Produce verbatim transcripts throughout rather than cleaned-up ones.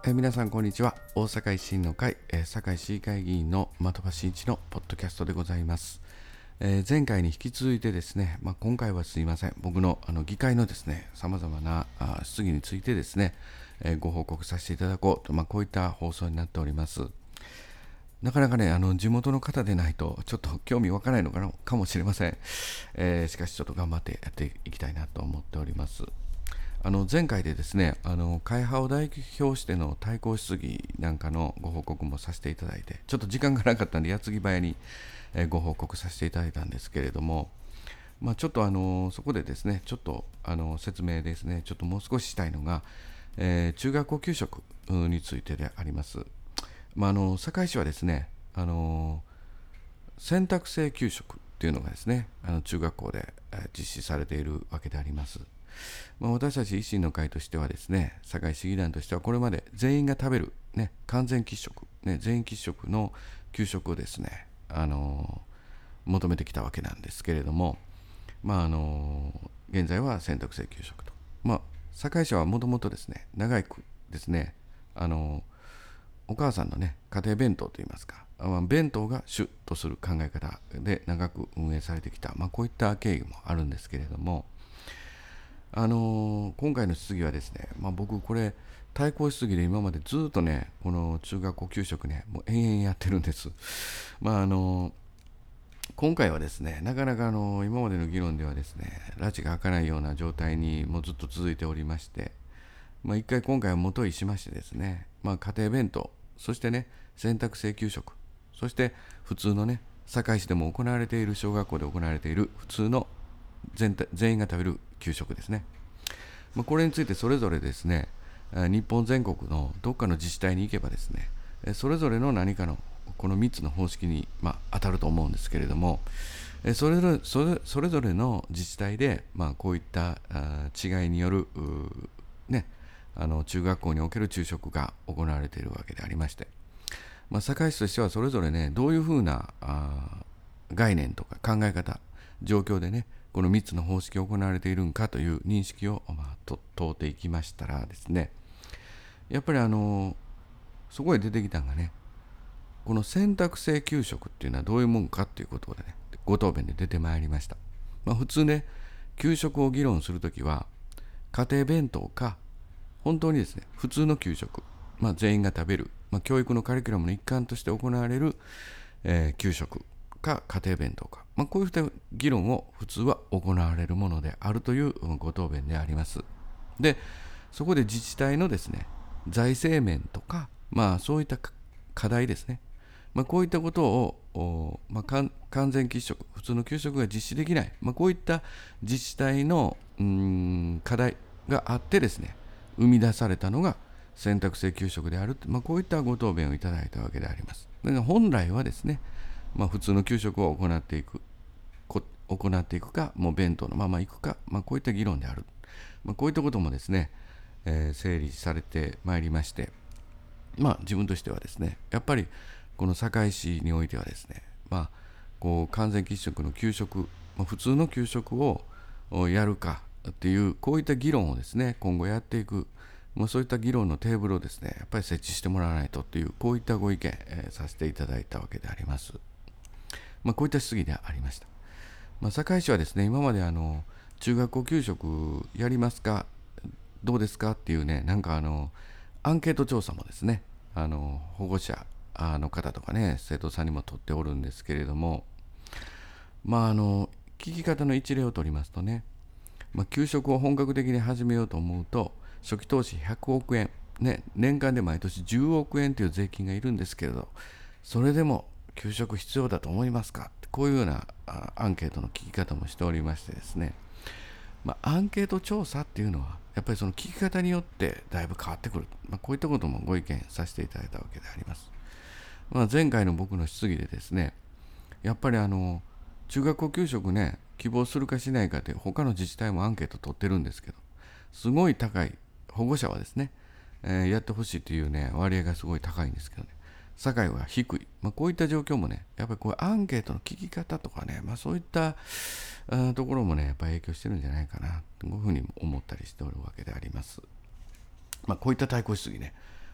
えー皆さんこんにちは。大阪維新の会、えー堺市議会議員の的場真一のポッドキャストでございます。えー前回に引き続いてですね、まあ、今回はすいません、僕のあの議会のですね、さまざまなあ質疑についてですね、えーご報告させていただこうと、まあ、こういった放送になっております。なかなかね、あの地元の方でないとちょっと興味湧かないのかなかもしれません。えーしかしちょっと頑張ってやっていきたいなと思っております。あの前回でですね、あの会派を代表しての対抗質疑なんかのご報告もさせていただいて、ちょっと時間がなかったんで、矢継ぎ早にえーご報告させていただいたんですけれども、まあ、ちょっとあのそこでですね、ちょっとあの説明ですね、ちょっともう少ししたいのが、えー中学校給食についてであります。まあ、あの堺市はですね、あの選択制給食っていうのがですね、あの中学校でえー実施されているわけであります。まあ、私たち維新の会としてはですね、堺市議団としてはこれまで全員が食べる、ね、完全喫食、ね、全員喫食の給食をですね、あの求めてきたわけなんですけれども、まああの現在は選択制給食と、まあ、堺市はもともとですね、長くですね、あのお母さんのね、家庭弁当といいますか、まあ、弁当が主とする考え方で長く運営されてきた、まあ、こういった経緯もあるんですけれども、あのー今回の質疑はですね、まあ、僕これ対抗質疑で今までずっとね、この中学校給食ね、もう延々やってるんです。まああのー今回はですね、なかなかあのー今までの議論ではですね、拉致が開かないような状態にもうずっと続いておりまして、まあ、一回今回は元にしましてですね、まあ、家庭弁当、そしてね、選択制給食、そして普通のね、堺市でも行われている、小学校で行われている普通の全体全員が食べる給食ですね。まあ、これについてそれぞれですね、日本全国のどっかの自治体に行けばですね、それぞれの何かのこのみっつの方式に、まあ、当たると思うんですけれども、それぞれそれそれぞれの自治体で、まあ、こういった違いによるね、あの中学校における昼食が行われているわけでありまして、まあ、堺市としてはそれぞれね、どういうふうなあ概念とか考え方、状況でね、このみっつの方式が行われているんかという認識を、まあ、と問うていきましたらですね、やっぱりあのそこへ出てきたのがね、この選択制給食っていうのはどういうもんかっていうことでね、ご答弁で出てまいりました。まあ、普通ね、給食を議論するときは、家庭弁当か、本当にですね、普通の給食、まあ、全員が食べる、まあ、教育のカリキュラムの一環として行われる、えー給食か家庭弁当か、まあ、こういった議論を普通は行われるものであるというご答弁であります。で、そこで自治体のですね、財政面とか、まあ、そういった課題ですね、まあ、こういったことを、まあ、完全喫食、普通の給食が実施できない、まあ、こういった自治体のうーん課題があってですね、生み出されたのが選択制給食である、まあ、こういったご答弁をいただいたわけであります。だから本来はですね、まあ、普通の給食を行っていく、行っていくか、もう弁当のまま行くか、まあ、こういった議論である、まあ、こういったこともですね、えー整理されてまいりまして、まあ、自分としてはですね、やっぱりこの堺市においてはですね、まあ、こう完全喫食の給食、まあ、普通の給食をやるかっていうこういった議論をですね、今後やっていく、もうそういった議論のテーブルをですね、やっぱり設置してもらわないとっていう、こういったご意見、えーさせていただいたわけであります。まあ、こういった質疑でありました。まあ、堺市はですね、今まであの中学校給食やりますか、どうですかっていうね、なんかあのアンケート調査もですね、あの保護者の方とかね、生徒さんにも取っておるんですけれども、まああの聞き方の一例を取りますとね、まあ、給食を本格的に始めようと思うと、初期投資ひゃくおくえん、ね、年間で毎年じゅうおくえんという税金がいるんですけれど、それでも給食必要だと思いますか、こういうようなあアンケートの聞き方もしておりましてですね、まあ、アンケート調査っていうのはやっぱりその聞き方によってだいぶ変わってくる、まあ、こういったこともご意見させていただいたわけであります。まあ、前回の僕の質疑でですね、やっぱりあの中学校給食ね、希望するかしないかって他の自治体もアンケート取ってるんですけど、すごい高い、保護者はですね、えーやってほしいというね割合がすごい高いんですけどね、堺は低い、まあ、こういった状況もね、やっぱりこうアンケートの聞き方とかね、まあ、そういったあところもね、やっぱり影響してるんじゃないかなというふうに思ったりしておるわけであります。まあ、こういった対抗質疑ね、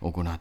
行って、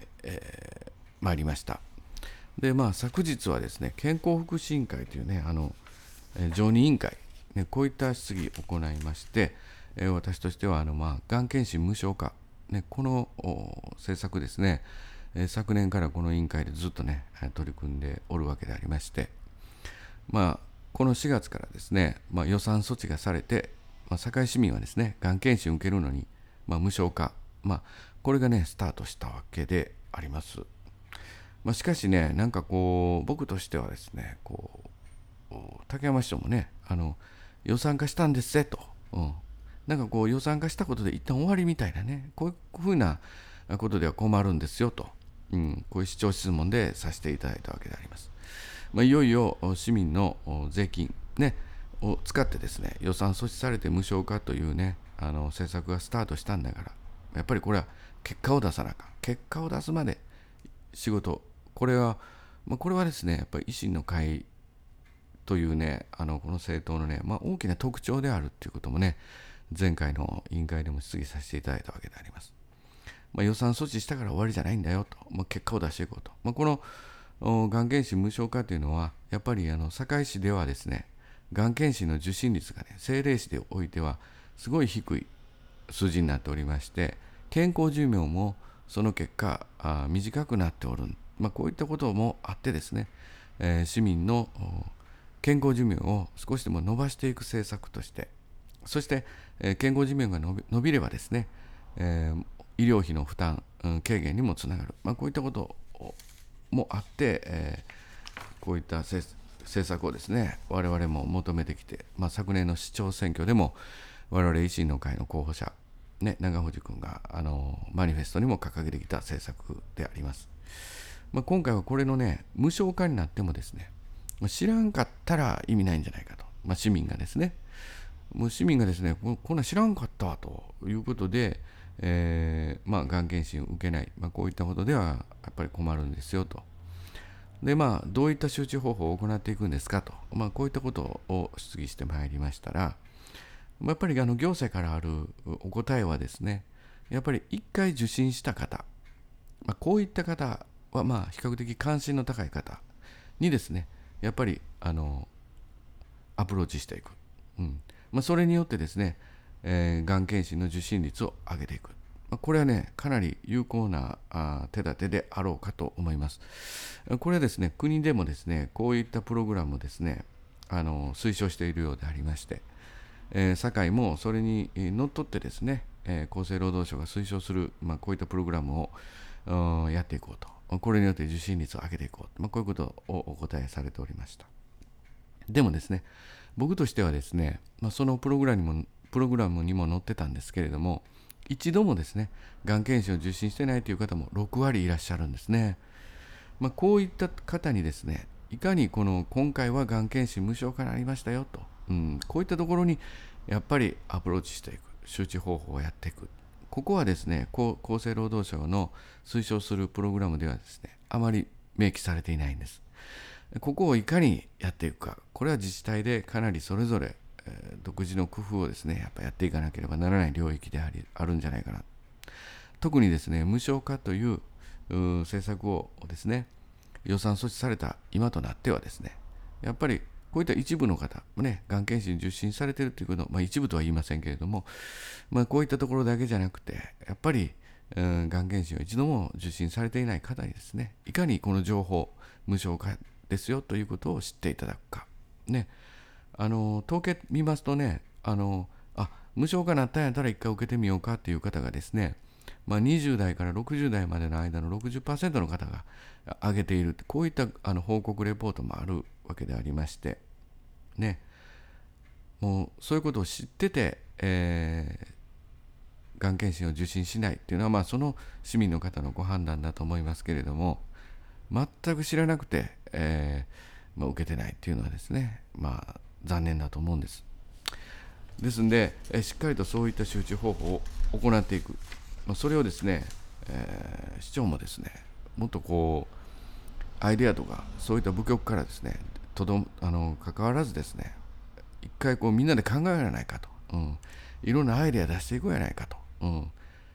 えー、まいりました。で、まあ、昨日はですね、健康福祉委員会というね、あの、えー、常任委員会、ね、こういった質疑を行いまして、えー、私としては、あの、まあ、がん検診無償化、ね、この政策ですね、えー、昨年からこの委員会でずっとね、取り組んでおるわけでありまして、まあ、このしがつからですね、まあ、予算措置がされて、まあ、堺市民はですね、がん検診を受けるのに、まあ、無償化、まあ、これがね、スタートしたわけであります。まあ、しかしね、なんかこう、僕としてはですね、こう、竹山市長もね、あの予算化したんですぜと、うん、なんかこう、予算化したことで一旦終わりみたいなね、こういうふうなことでは困るんですよと、うん、こういう市長質問でさせていただいたわけであります。まあ、いよいよ市民の税金、ね、を使ってですね、予算措置されて無償化というね、あの政策がスタートしたんだから、やっぱりこれは結果を出さなあかん。結果を出すまで仕事、これは、まあ、これはですね、やっぱり維新の会というね、あのこの政党のね、まあ、大きな特徴であるということもね、前回の委員会でも質疑させていただいたわけであります。まあ、予算措置したから終わりじゃないんだよと、まあ、結果を出していこうと。まあ、このがん検診無償化というのは、やっぱりあの堺市ではですね、がん検診の受診率がね、政令市でおいてはすごい低い数字になっておりまして、健康寿命もその結果あ短くなっておる、まあ、こういったこともあってですね、えー、市民の健康寿命を少しでも伸ばしていく政策として、そして、えー、健康寿命が伸び、伸びればですね、えー、医療費の負担、うん、軽減にもつながる、まあ、こういったこともあって、えー、こういった政策をですね、我々も求めてきて、まあ、昨年の市長選挙でも我々維新の会の候補者、ね、長藤君があのマニフェストにも掲げてきた政策であります。まあ、今回はこれのね、無償化になってもですね、知らんかったら意味ないんじゃないかと、まあ、市民がですね、もう市民がですね、こんな知らんかったわということで、えー、まあ、がん検診を受けない、まあ、こういったことではやっぱり困るんですよと。で、まあ、どういった周知方法を行っていくんですかと、まあ、こういったことを質疑してまいりましたら、やっぱりあの行政からあるお答えはですね、やっぱりいっかい受診した方、まあ、こういった方はまあ比較的関心の高い方にですね、やっぱりあのアプローチしていく、うんまあ、それによってですね、えー、がん検診の受診率を上げていく、まあ、これはね、かなり有効なあ手立てであろうかと思います。これはですね、国でもですね、こういったプログラムをですね、あの推奨しているようでありまして、えー、堺もそれにのっとってですね、えー、厚生労働省が推奨する、まあ、こういったプログラムをやっていこうと、これによって受診率を上げていこうと、まあ、こういうことをお答えされておりました。でもですね、僕としてはですね、まあ、そのプログラムにもプログラムにも載ってたんですけれども、一度もですね、がん検診を受診してないという方もろくわりいらっしゃるんですね。まあ、こういった方にですね、いかにこの今回はがん検診無償化になりましたよと、うん、こういったところにやっぱりアプローチしていく、周知方法をやっていく。ここはですね、厚生労働省の推奨するプログラムではですね、あまり明記されていないんです。ここをいかにやっていくか、これは自治体でかなりそれぞれ、えー、独自の工夫をですね、やっぱやっていかなければならない領域でありあるんじゃないかな。特にですね、無償化という政策をですね、予算措置された今となってはですね、やっぱりこういった一部の方もね、がん検診受診されているということ、まあ、一部とは言いませんけれども、まあ、こういったところだけじゃなくて、やっぱり、うん、がん検診を一度も受診されていない方にですね、いかにこの情報、無償化ですよということを知っていただくか。ね、あの統計見ますとね、あのあ無償化なったんやったら一回受けてみようかっていう方がですね、まあ、にじゅう代からろくじゅう代までの間の ろくじゅっパーセント の方が上げている、こういったあの報告レポートもあるわけでありましてね、もうそういうことを知ってて、えー、がん検診を受診しないっていうのは、まあ、その市民の方のご判断だと思いますけれども、全く知らなくて、えーまあ、受けてないっていうのはですね、まあ、残念だと思うんです。ですので、えー、しっかりとそういった周知方法を行っていく、まあ、それをですね、えー、市長もですね、もっとこうアイデアとかそういった部局からですね、とどあの関わらずですね、一回こうみんなで考えられないかと、うん、いろんなアイデア出していこうやないかと、うん、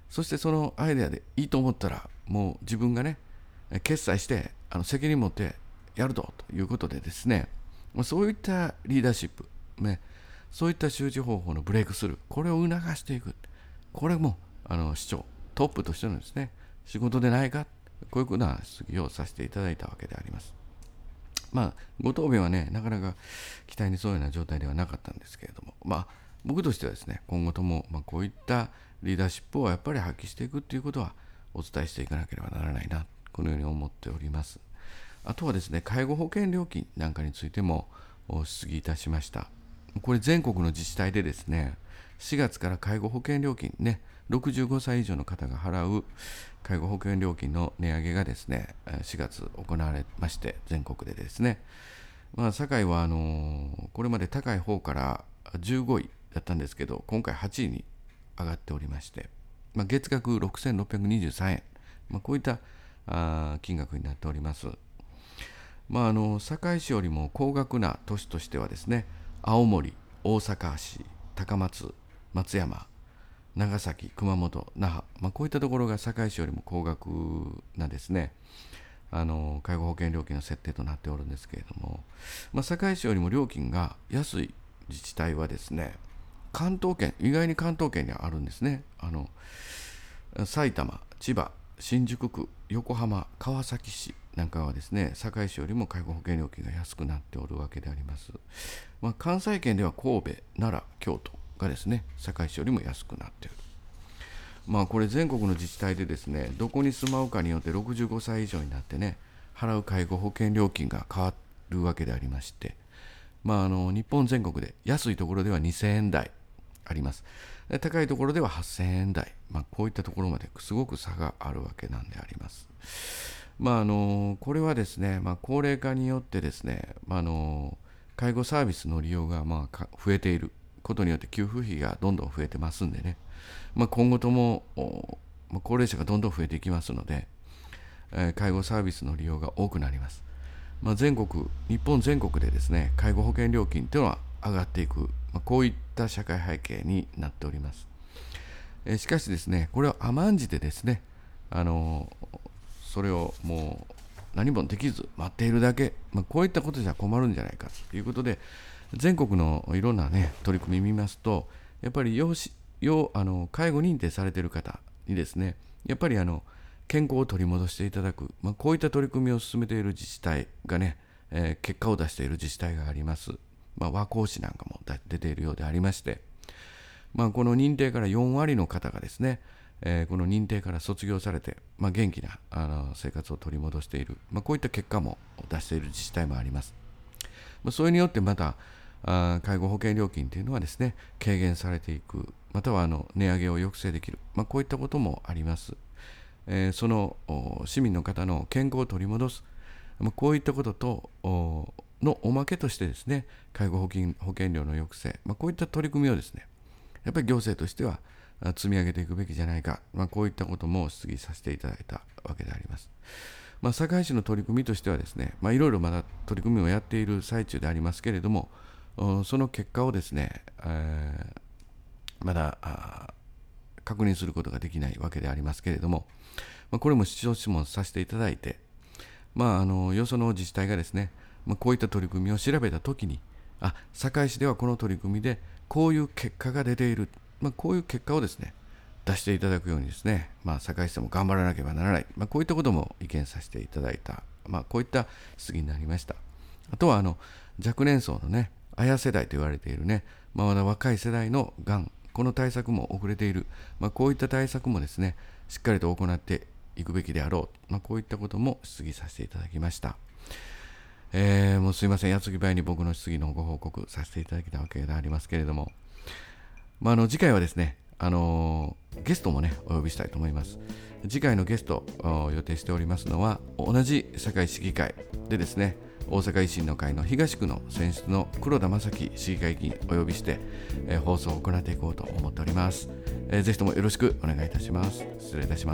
そしてそのアイデアでいいと思ったらもう自分がね決裁してあの責任持ってやるとということでですね、そういったリーダーシップ、ね、そういった周知方法のブレイクスルー、これを促していく、これもあの市長トップとしてのですね仕事でないか、こういうふうな質疑をさせていただいたわけであります。まあご答弁はねなかなか期待にそういうような状態ではなかったんですけれども、まあ僕としてはですね今後ともまあこういったリーダーシップをやっぱり発揮していくということはお伝えしていかなければならないな、このように思っております。あとはですね介護保険料金なんかについても質疑いたしました。これ全国の自治体でですねしがつから介護保険料金ねろくじゅうごさい以上の方が払う介護保険料金の値上げがですねしがつ行われまして、全国でですね、まあ、堺はあのー、これまで高い方からじゅうごいだったんですけど今回はちいに上がっておりまして、まあ、月額ろくせんろっぴゃくにじゅうさんえん、まあ、こういったあ金額になっております。まあ、あの堺市よりも高額な都市としてはですね青森、大阪市、高松、松山、長崎、熊本、那覇、まあ、こういったところが堺市よりも高額なですねあの介護保険料金の設定となっておるんですけれども、まあ、堺市よりも料金が安い自治体はですね関東圏、意外に関東圏にあるんですね。あの埼玉、千葉、新宿区、横浜、川崎市なんかはですね堺市よりも介護保険料金が安くなっておるわけであります。まあ、関西圏では神戸、奈良、京都がですね堺市よりも安くなっている。まあこれ全国の自治体でですねどこに住まうかによってろくじゅうごさい以上になってね払う介護保険料金が変わるわけでありまして、まああの日本全国で安いところではにせんえん台あります。高いところでははっせんえん台、まあ、こういったところまですごく差があるわけなんであります。まああのこれはですね、まあ、高齢化によってですね、まあ、あの介護サービスの利用がまあ増えていることによって給付費がどんどん増えてますんでね、まあ、今後とも高齢者がどんどん増えていきますので、えー、介護サービスの利用が多くなります。まあ、全国、日本全国でですね介護保険料金というのは上がっていく、まあ、こういった社会背景になっております。えー、しかしですねこれを甘んじてですねあのー、それをもう何もできず待っているだけ、まあ、こういったことじゃ困るんじゃないかということで全国のいろんなね取り組み見ますとやっぱり養子要あの介護認定されている方にですねやっぱりあの健康を取り戻していただく、まあ、こういった取り組みを進めている自治体がね、えー、結果を出している自治体があります。まあ、和光市なんかも出ているようでありまして、まあ、この認定からよんわりの方がですね、えー、この認定から卒業されて、まあ、元気なあの生活を取り戻している、まあ、こういった結果も出している自治体もあります。まあ、それによってまたあ介護保険料金というのはですね軽減されていく、またはあの値上げを抑制できる、まあ、こういったこともあります。えー、その市民の方の健康を取り戻す、まあ、こういったこととのおまけとしてですね介護保険、保険料の抑制、まあ、こういった取り組みをですねやっぱり行政としては積み上げていくべきじゃないか、まあ、こういったことも質疑させていただいたわけであります。まあ、堺市の取り組みとしてはですね、まあ、いろいろまだ取り組みをやっている最中でありますけれども、その結果をですね、えー、まだ確認することができないわけでありますけれども、まあ、これも市長質問させていただいて、まあ、あのよその自治体がですね、まあ、こういった取り組みを調べたときに、あ、堺市ではこの取り組みでこういう結果が出ている、まあ、こういう結果をですね出していただくようにですね、まあ、堺市でも頑張らなければならない、まあ、こういったことも意見させていただいた、まあ、こういった質疑になりました。あとはあの若年層のね、あや世代と言われているね、まあ、まだ若い世代のがん、この対策も遅れている、まあ、こういった対策もですね、しっかりと行っていくべきであろう、まあ、こういったことも質疑させていただきました。えー、もうすいません、矢継ぎ早に僕の質疑のご報告させていただきたわけでありますけれども、まあ、あの次回はですね、あのー、ゲストもねお呼びしたいと思います。次回のゲストを予定しておりますのは同じ堺市議会でですね大阪維新の会の東区の選出の黒田正樹市議会議員お呼びして、えー、放送を行っていこうと思っております。えー、ぜひともよろしくお願いいたします。失礼いたします。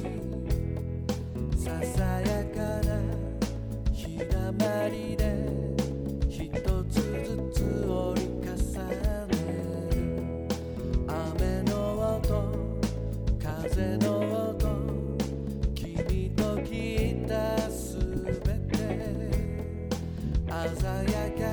ささやかな日だまりで鮮やか